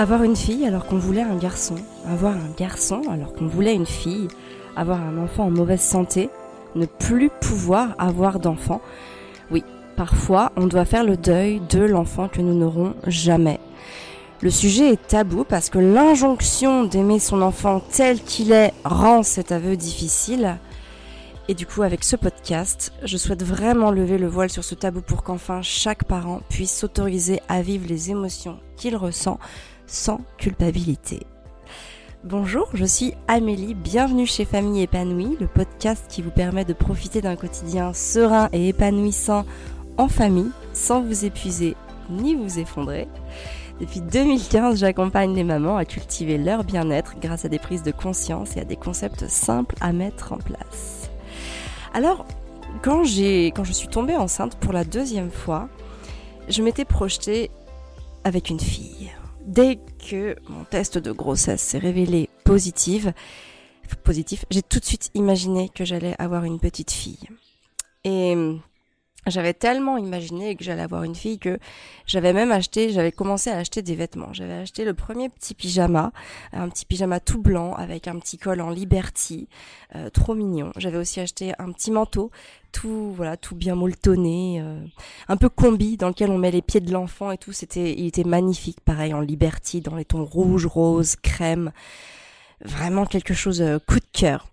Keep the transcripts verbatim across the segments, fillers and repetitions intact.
Avoir une fille alors qu'on voulait un garçon, avoir un garçon alors qu'on voulait une fille, avoir un enfant en mauvaise santé, ne plus pouvoir avoir d'enfant. Oui, parfois on doit faire le deuil de l'enfant que nous n'aurons jamais. Le sujet est tabou parce que l'injonction d'aimer son enfant tel qu'il est rend cet aveu difficile. Et du coup, avec ce podcast, je souhaite vraiment lever le voile sur ce tabou pour qu'enfin chaque parent puisse s'autoriser à vivre les émotions qu'il ressent sans culpabilité. Bonjour, je suis Amélie, bienvenue chez Famille Épanouie, le podcast qui vous permet de profiter d'un quotidien serein et épanouissant en famille, sans vous épuiser ni vous effondrer. Depuis deux mille quinze, j'accompagne les mamans à cultiver leur bien-être grâce à des prises de conscience et à des concepts simples à mettre en place. Alors, quand, j'ai, quand je suis tombée enceinte pour la deuxième fois, je m'étais projetée avec une fille. Dès que mon test de grossesse s'est révélé positive, positif, j'ai tout de suite imaginé que j'allais avoir une petite fille. Et j'avais tellement imaginé que j'allais avoir une fille que j'avais même acheté, j'avais commencé à acheter des vêtements. J'avais acheté le premier petit pyjama, un petit pyjama tout blanc avec un petit col en Liberty, euh, trop mignon. J'avais aussi acheté un petit manteau, tout voilà, tout bien molletonné, euh, un peu combi dans lequel on met les pieds de l'enfant et tout. C'était, il était magnifique, pareil en Liberty, dans les tons rouge, rose, crème. Vraiment quelque chose euh, coup de cœur.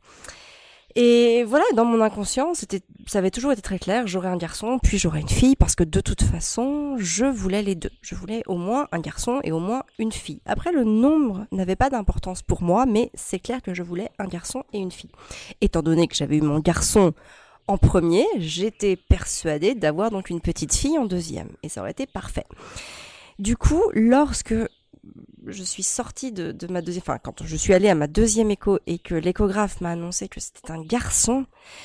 Et voilà, dans mon inconscient, c'était, ça avait toujours été très clair, j'aurais un garçon, puis j'aurais une fille, parce que de toute façon, je voulais les deux. Je voulais au moins un garçon et au moins une fille. Après, le nombre n'avait pas d'importance pour moi, mais c'est clair que je voulais un garçon et une fille. Étant donné que j'avais eu mon garçon en premier, j'étais persuadée d'avoir donc une petite fille en deuxième, et ça aurait été parfait. Du coup, lorsque je suis sortie de, de ma deuxième, enfin quand je suis allée à ma deuxième écho et que l'échographe m'a annoncé que c'était un garçon,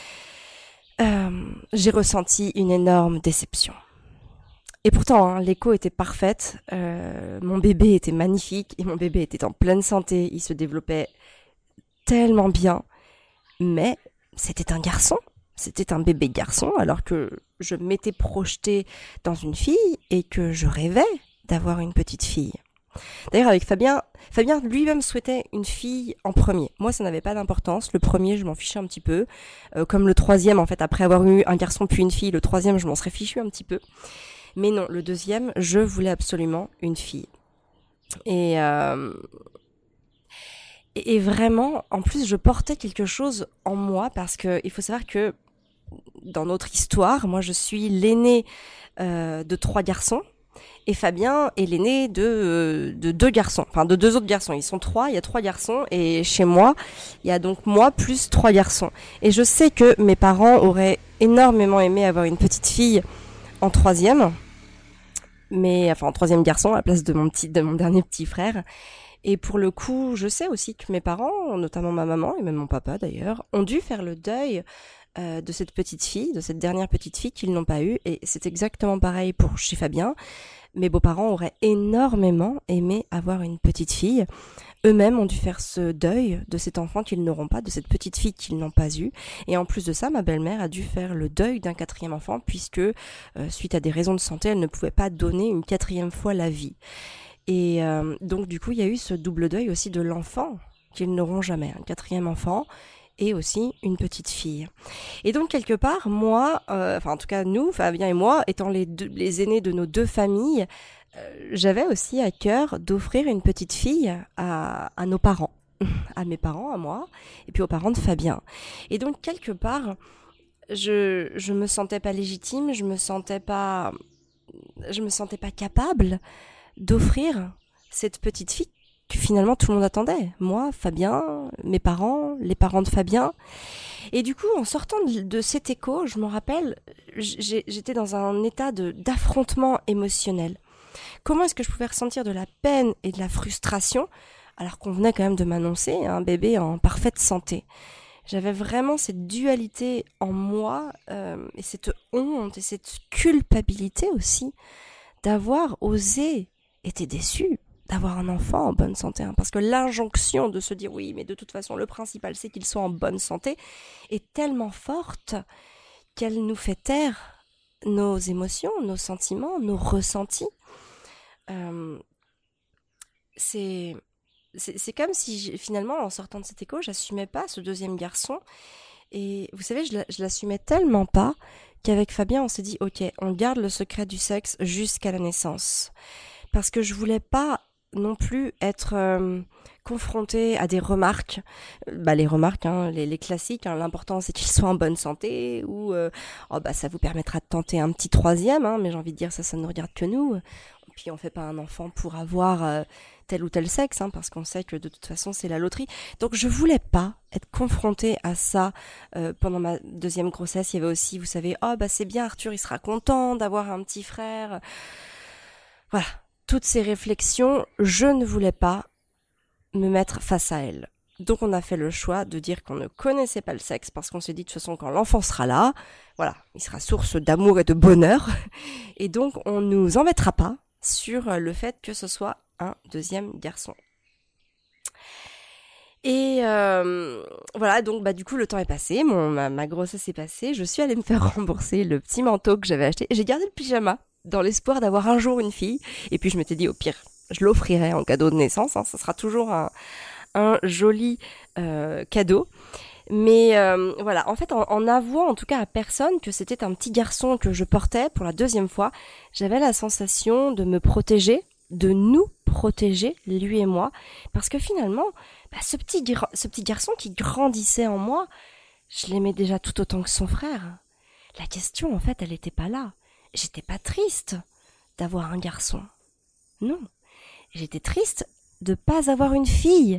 euh, j'ai ressenti une énorme déception. Et pourtant, hein, l'écho était parfaite, euh, mon bébé était magnifique et mon bébé était en pleine santé, il se développait tellement bien, mais c'était un garçon, c'était un bébé garçon alors que je m'étais projetée dans une fille et que je rêvais d'avoir une petite fille. D'ailleurs, avec Fabien, Fabien lui-même souhaitait une fille en premier. Moi, ça n'avait pas d'importance. Le premier, je m'en fichais un petit peu. Euh, comme le troisième, en fait, après avoir eu un garçon puis une fille, le troisième, je m'en serais fichu un petit peu. Mais non, le deuxième, je voulais absolument une fille. Et, euh, et, et vraiment, en plus, je portais quelque chose en moi parce que il faut savoir que dans notre histoire, moi, je suis l'aînée euh, de trois garçons. Et Fabien est l'aîné de, de deux garçons, enfin de deux autres garçons. Ils sont trois, il y a trois garçons. Et chez moi, il y a donc moi plus trois garçons. Et je sais que mes parents auraient énormément aimé avoir une petite fille en troisième. Mais, enfin en troisième garçon à la place de mon, petit, de mon dernier petit frère. Et pour le coup, je sais aussi que mes parents, notamment ma maman et même mon papa d'ailleurs, ont dû faire le deuil euh, de cette petite fille, de cette dernière petite fille qu'ils n'ont pas eue. Et c'est exactement pareil pour chez Fabien. Mes beaux-parents auraient énormément aimé avoir une petite fille. Eux-mêmes ont dû faire ce deuil de cet enfant qu'ils n'auront pas, de cette petite fille qu'ils n'ont pas eue. Et en plus de ça, ma belle-mère a dû faire le deuil d'un quatrième enfant puisque, euh, suite à des raisons de santé, elle ne pouvait pas donner une quatrième fois la vie. Et euh, donc, du coup, il y a eu ce double deuil aussi de l'enfant qu'ils n'auront jamais. Un quatrième enfant et aussi une petite fille. Et donc, quelque part, moi, euh, enfin en tout cas nous, Fabien et moi, étant les, deux, les aînés de nos deux familles, euh, j'avais aussi à cœur d'offrir une petite fille à, à nos parents, à mes parents, à moi, et puis aux parents de Fabien. Et donc, quelque part, je je me sentais pas légitime, je me sentais pas, je me sentais pas capable d'offrir cette petite fille que finalement tout le monde attendait. Moi, Fabien, mes parents, les parents de Fabien. Et du coup, en sortant de, de cet écho, je me rappelle, j'ai, j'étais dans un état de, d'affrontement émotionnel. Comment est-ce que je pouvais ressentir de la peine et de la frustration alors qu'on venait quand même de m'annoncer un bébé en parfaite santé? J'avais vraiment cette dualité en moi euh, et cette honte et cette culpabilité aussi d'avoir osé, été déçue d'avoir un enfant en bonne santé, hein, parce que l'injonction de se dire oui, mais de toute façon le principal c'est qu'il soit en bonne santé est tellement forte qu'elle nous fait taire nos émotions, nos sentiments, nos ressentis. Euh, c'est, c'est, c'est comme si j'ai- finalement, en sortant de cette école, j'assumais pas ce deuxième garçon. Et vous savez, je, l'a- je l'assumais tellement pas qu'avec Fabien, on s'est dit, ok, on garde le secret du sexe jusqu'à la naissance. Parce que je voulais pas non plus être euh, confrontée à des remarques, Euh, bah les remarques, hein, les, les classiques. Hein, l'important c'est qu'il soit en bonne santé ou euh, oh bah ça vous permettra de tenter un petit troisième, hein, mais j'ai envie de dire ça, ça ne regarde que nous. Puis on fait pas un enfant pour avoir euh, tel ou tel sexe, hein, parce qu'on sait que de toute façon c'est la loterie. Donc je voulais pas être confrontée à ça euh, pendant ma deuxième grossesse. Il y avait aussi, vous savez, oh bah c'est bien, Arthur il sera content d'avoir un petit frère. Voilà, toutes ces réflexions, je ne voulais pas me mettre face à elles. Donc on a fait le choix de dire qu'on ne connaissait pas le sexe parce qu'on s'est dit de toute façon quand l'enfant sera là, voilà, il sera source d'amour et de bonheur. Et donc on ne nous embêtera pas sur le fait que ce soit un deuxième garçon. Et euh, voilà, donc bah du coup le temps est passé, mon, ma, ma grossesse est passée, je suis allée me faire rembourser le petit manteau que j'avais acheté et j'ai gardé le pyjama dans l'espoir d'avoir un jour une fille. Et puis je m'étais dit au pire, je l'offrirai en cadeau de naissance, hein, ça sera toujours un, un joli euh, cadeau. Mais euh, voilà, en fait, en, en avouant en tout cas à personne que c'était un petit garçon que je portais pour la deuxième fois, j'avais la sensation de me protéger, de nous protéger, lui et moi, parce que finalement, bah, ce petit ce petit garçon qui grandissait en moi, je l'aimais déjà tout autant que son frère. La question, en fait, elle n'était pas là. J'étais pas triste d'avoir un garçon. Non, j'étais triste de pas avoir une fille.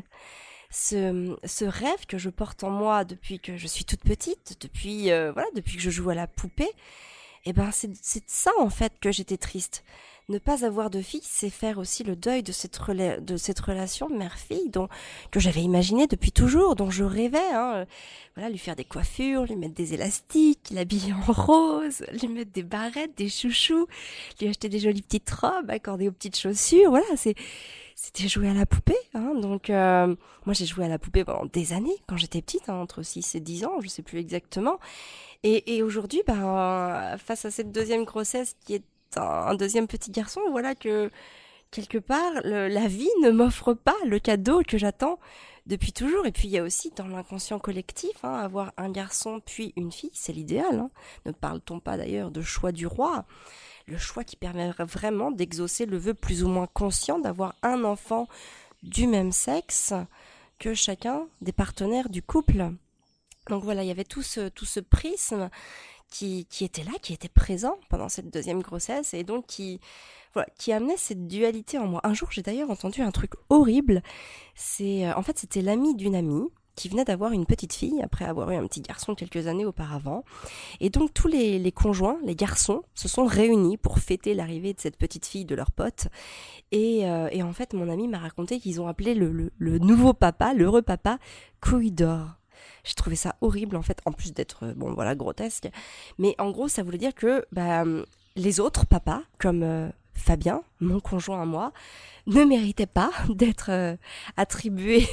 Ce, ce rêve que je porte en moi depuis que je suis toute petite, depuis euh, voilà, depuis que je joue à la poupée, et ben c'est c'est de ça en fait que j'étais triste. Ne pas avoir de fille, c'est faire aussi le deuil de cette rela- de cette relation mère-fille dont que j'avais imaginé depuis toujours, dont je rêvais. Hein. Voilà, lui faire des coiffures, lui mettre des élastiques, l'habiller en rose, lui mettre des barrettes, des chouchous, lui acheter des jolies petites robes accordées aux petites chaussures. Voilà, c'est c'était jouer à la poupée. Hein. Donc euh, moi j'ai joué à la poupée pendant des années quand j'étais petite, hein, entre six et dix ans, je sais plus exactement. Et, et aujourd'hui, ben, face à cette deuxième grossesse qui est un, un deuxième petit garçon, voilà que quelque part, le, la vie ne m'offre pas le cadeau que j'attends depuis toujours. Et puis il y a aussi dans l'inconscient collectif, hein, avoir un garçon puis une fille, c'est l'idéal. Hein. Ne parle-t-on pas d'ailleurs de choix du roi, le choix qui permet vraiment d'exaucer le vœu plus ou moins conscient d'avoir un enfant du même sexe que chacun des partenaires du couple. Donc voilà, il y avait tout ce, tout ce prisme qui, qui était là, qui était présent pendant cette deuxième grossesse et donc qui, voilà, qui amenait cette dualité en moi. Un jour, j'ai d'ailleurs entendu un truc horrible. C'est, euh, en fait, c'était l'ami d'une amie qui venait d'avoir une petite fille après avoir eu un petit garçon quelques années auparavant. Et donc tous les, les conjoints, les garçons, se sont réunis pour fêter l'arrivée de cette petite fille de leur pote. Et, euh, et en fait, mon ami m'a raconté qu'ils ont appelé le, le, le nouveau papa, l'heureux papa, Couille d'or. J'ai trouvé ça horrible en fait, en plus d'être, bon voilà, grotesque. Mais en gros, ça voulait dire que bah, les autres papas, comme euh, Fabien, mon conjoint à moi, ne méritaient pas d'être euh, attribués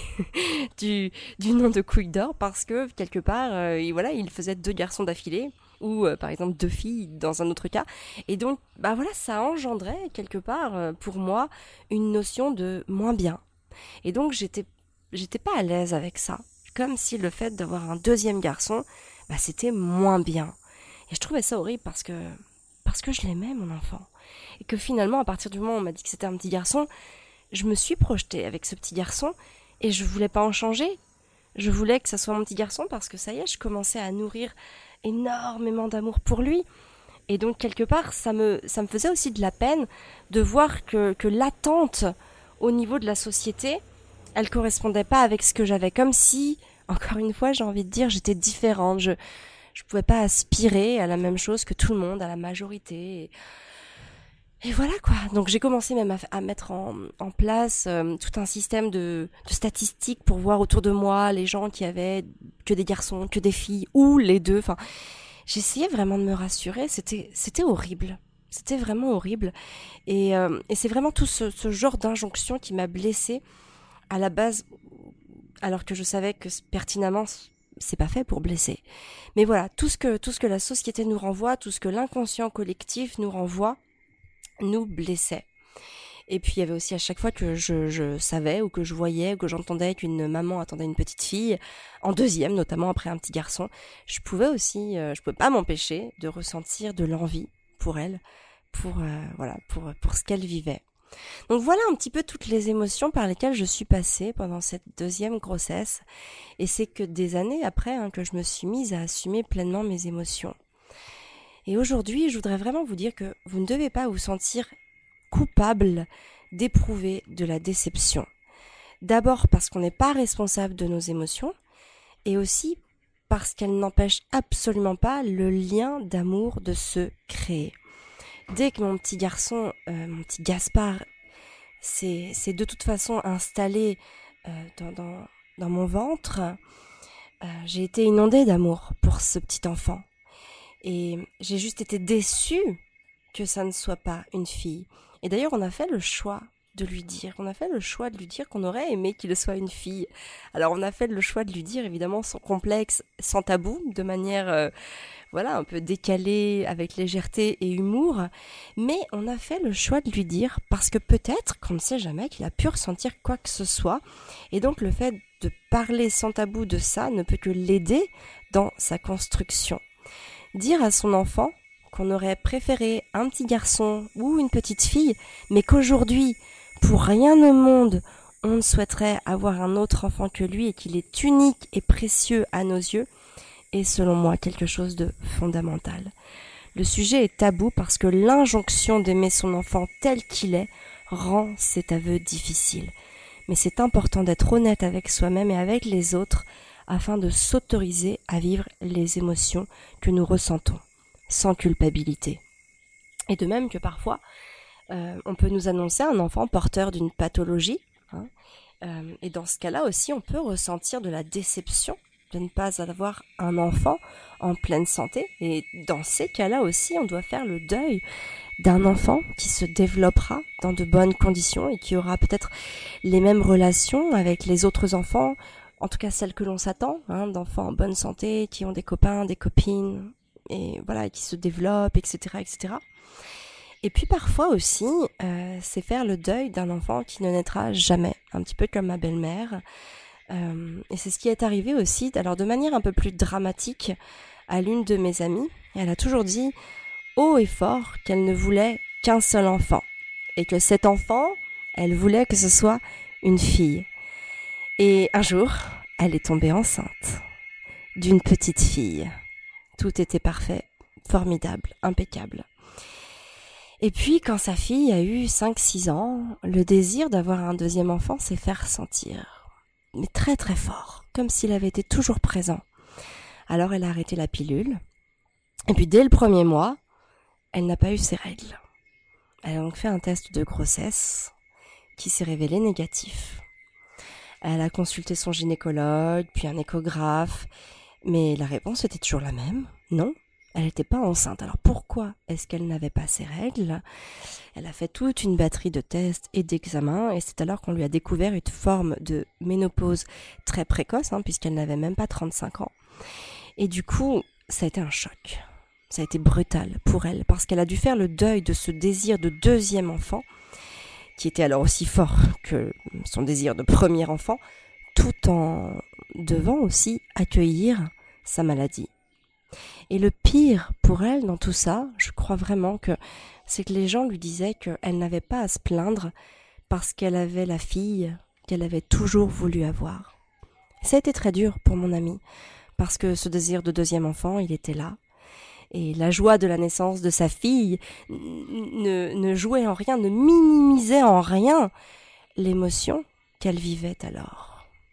du, du nom de Couille d'or parce que quelque part, euh, et voilà, il faisait deux garçons d'affilée ou euh, par exemple deux filles dans un autre cas. Et donc, bah voilà, ça engendrait quelque part euh, pour moi une notion de moins bien. Et donc j'étais, j'étais pas à l'aise avec ça. Comme si le fait d'avoir un deuxième garçon, bah, c'était moins bien. Et je trouvais ça horrible parce que, parce que je l'aimais, mon enfant. Et que finalement, à partir du moment où on m'a dit que c'était un petit garçon, je me suis projetée avec ce petit garçon et je voulais pas en changer. Je voulais que ça soit mon petit garçon parce que ça y est, je commençais à nourrir énormément d'amour pour lui. Et donc, quelque part, ça me, ça me faisait aussi de la peine de voir que, que l'attente au niveau de la société, elle correspondait pas avec ce que j'avais, comme si, encore une fois, j'ai envie de dire, j'étais différente, je je pouvais pas aspirer à la même chose que tout le monde, à la majorité. Et, et voilà quoi. Donc j'ai commencé même à, à mettre en, en place euh, tout un système de, de statistiques pour voir autour de moi les gens qui avaient que des garçons, que des filles, ou les deux. Enfin, j'essayais vraiment de me rassurer. C'était c'était horrible. C'était vraiment horrible. Et, euh, et c'est vraiment tout ce, ce genre d'injonction qui m'a blessée à la base, alors que je savais que pertinemment, c'est pas fait pour blesser. Mais voilà, tout ce que, tout ce que la société nous renvoie, tout ce que l'inconscient collectif nous renvoie, nous blessait. Et puis il y avait aussi à chaque fois que je, je savais ou que je voyais ou que j'entendais qu'une maman attendait une petite fille, en deuxième notamment après un petit garçon, je pouvais aussi, euh, je pouvais pas m'empêcher de ressentir de l'envie pour elle, pour euh, voilà, pour pour ce qu'elle vivait. Donc voilà un petit peu toutes les émotions par lesquelles je suis passée pendant cette deuxième grossesse. Et c'est que des années après hein, que je me suis mise à assumer pleinement mes émotions. Et aujourd'hui, je voudrais vraiment vous dire que vous ne devez pas vous sentir coupable d'éprouver de la déception. D'abord parce qu'on n'est pas responsable de nos émotions et aussi parce qu'elles n'empêchent absolument pas le lien d'amour de se créer. Dès que mon petit garçon, euh, mon petit Gaspard, s'est, s'est de toute façon installé euh, dans, dans, dans mon ventre, euh, j'ai été inondée d'amour pour ce petit enfant. Et j'ai juste été déçue que ça ne soit pas une fille. Et d'ailleurs, on a fait le choix de lui dire, on a fait le choix de lui dire qu'on aurait aimé qu'il soit une fille. Alors on a fait le choix de lui dire, évidemment, sans complexe, sans tabou, de manière, euh, voilà, un peu décalée, avec légèreté et humour. Mais on a fait le choix de lui dire, parce que peut-être, qu'on ne sait jamais, qu'il a pu ressentir quoi que ce soit. Et donc le fait de parler sans tabou de ça ne peut que l'aider dans sa construction. Dire à son enfant qu'on aurait préféré un petit garçon ou une petite fille, mais qu'aujourd'hui, pour rien au monde, on ne souhaiterait avoir un autre enfant que lui et qu'il est unique et précieux à nos yeux, est selon moi quelque chose de fondamental. Le sujet est tabou parce que l'injonction d'aimer son enfant tel qu'il est rend cet aveu difficile. Mais c'est important d'être honnête avec soi-même et avec les autres afin de s'autoriser à vivre les émotions que nous ressentons, sans culpabilité. Et de même que parfois, euh, on peut nous annoncer un enfant porteur d'une pathologie, hein, euh, et dans ce cas-là aussi, on peut ressentir de la déception de ne pas avoir un enfant en pleine santé. Et dans ces cas-là aussi, on doit faire le deuil d'un enfant qui se développera dans de bonnes conditions et qui aura peut-être les mêmes relations avec les autres enfants, en tout cas celles que l'on s'attend, hein, d'enfants en bonne santé, qui ont des copains, des copines, et voilà, qui se développent, et cetera, et cetera. Et puis parfois aussi, euh, c'est faire le deuil d'un enfant qui ne naîtra jamais, un petit peu comme ma belle-mère. Euh, et c'est ce qui est arrivé aussi, alors de manière un peu plus dramatique, à l'une de mes amies. Elle a toujours dit haut et fort qu'elle ne voulait qu'un seul enfant, et que cet enfant, elle voulait que ce soit une fille. Et un jour, elle est tombée enceinte d'une petite fille. Tout était parfait, formidable, impeccable. Et puis, quand sa fille a eu cinq six ans, le désir d'avoir un deuxième enfant s'est fait ressentir. Mais très très fort, comme s'il avait été toujours présent. Alors, elle a arrêté la pilule. Et puis, dès le premier mois, elle n'a pas eu ses règles. Elle a donc fait un test de grossesse qui s'est révélé négatif. Elle a consulté son gynécologue, puis un échographe, mais la réponse était toujours la même, non. Elle n'était pas enceinte. Alors pourquoi est-ce qu'elle n'avait pas ses règles ? Elle a fait toute une batterie de tests et d'examens et c'est alors qu'on lui a découvert une forme de ménopause très précoce, hein, puisqu'elle n'avait même pas trente-cinq ans. Et du coup, ça a été un choc. Ça a été brutal pour elle parce qu'elle a dû faire le deuil de ce désir de deuxième enfant qui était alors aussi fort que son désir de premier enfant, tout en devant aussi accueillir sa maladie. Et le pire pour elle dans tout ça, je crois vraiment que c'est que les gens lui disaient qu'elle n'avait pas à se plaindre parce qu'elle avait la fille qu'elle avait toujours voulu avoir. Ça a été très dur pour mon amie parce que ce désir de deuxième enfant, il était là. Et la joie de la naissance de sa fille ne, ne jouait en rien, ne minimisait en rien l'émotion qu'elle vivait alors.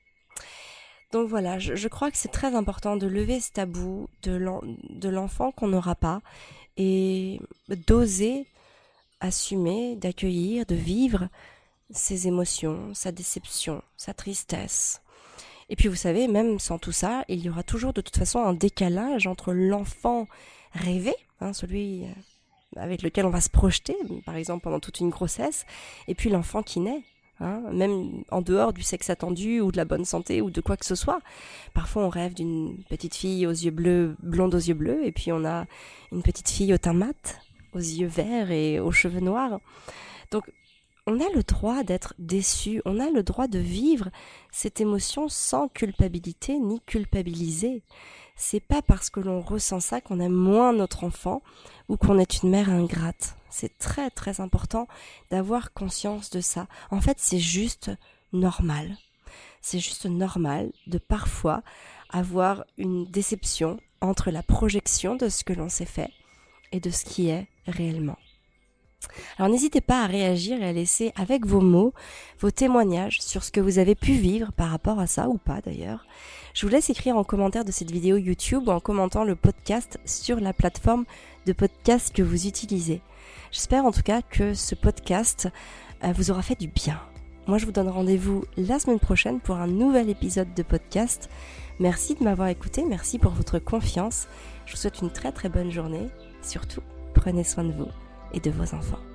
Donc voilà, je, je crois que c'est très important de lever ce tabou de, l'en, de l'enfant qu'on n'aura pas et d'oser assumer, d'accueillir, de vivre ses émotions, sa déception, sa tristesse. Et puis vous savez, même sans tout ça, il y aura toujours de toute façon un décalage entre l'enfant rêvé, hein, celui avec lequel on va se projeter, par exemple pendant toute une grossesse, et puis l'enfant qui naît. Hein, même en dehors du sexe attendu ou de la bonne santé ou de quoi que ce soit. Parfois on rêve d'une petite fille aux yeux bleus, blonde aux yeux bleus, et puis on a une petite fille au teint mat, aux yeux verts et aux cheveux noirs. Donc on a le droit d'être déçu, on a le droit de vivre cette émotion sans culpabilité ni culpabiliser. C'est pas parce que l'on ressent ça qu'on aime moins notre enfant ou qu'on est une mère ingrate. C'est très très important d'avoir conscience de ça. En fait, c'est juste normal. C'est juste normal de parfois avoir une déception entre la projection de ce que l'on s'est fait et de ce qui est réellement. Alors n'hésitez pas à réagir et à laisser avec vos mots, vos témoignages sur ce que vous avez pu vivre par rapport à ça ou pas d'ailleurs. Je vous laisse écrire en commentaire de cette vidéo YouTube ou en commentant le podcast sur la plateforme de podcast que vous utilisez. J'espère en tout cas que ce podcast euh, vous aura fait du bien. Moi je vous donne rendez-vous la semaine prochaine pour un nouvel épisode de podcast. Merci de m'avoir écouté, merci pour votre confiance. Je vous souhaite une très très bonne journée. Surtout, prenez soin de vous et de vos enfants.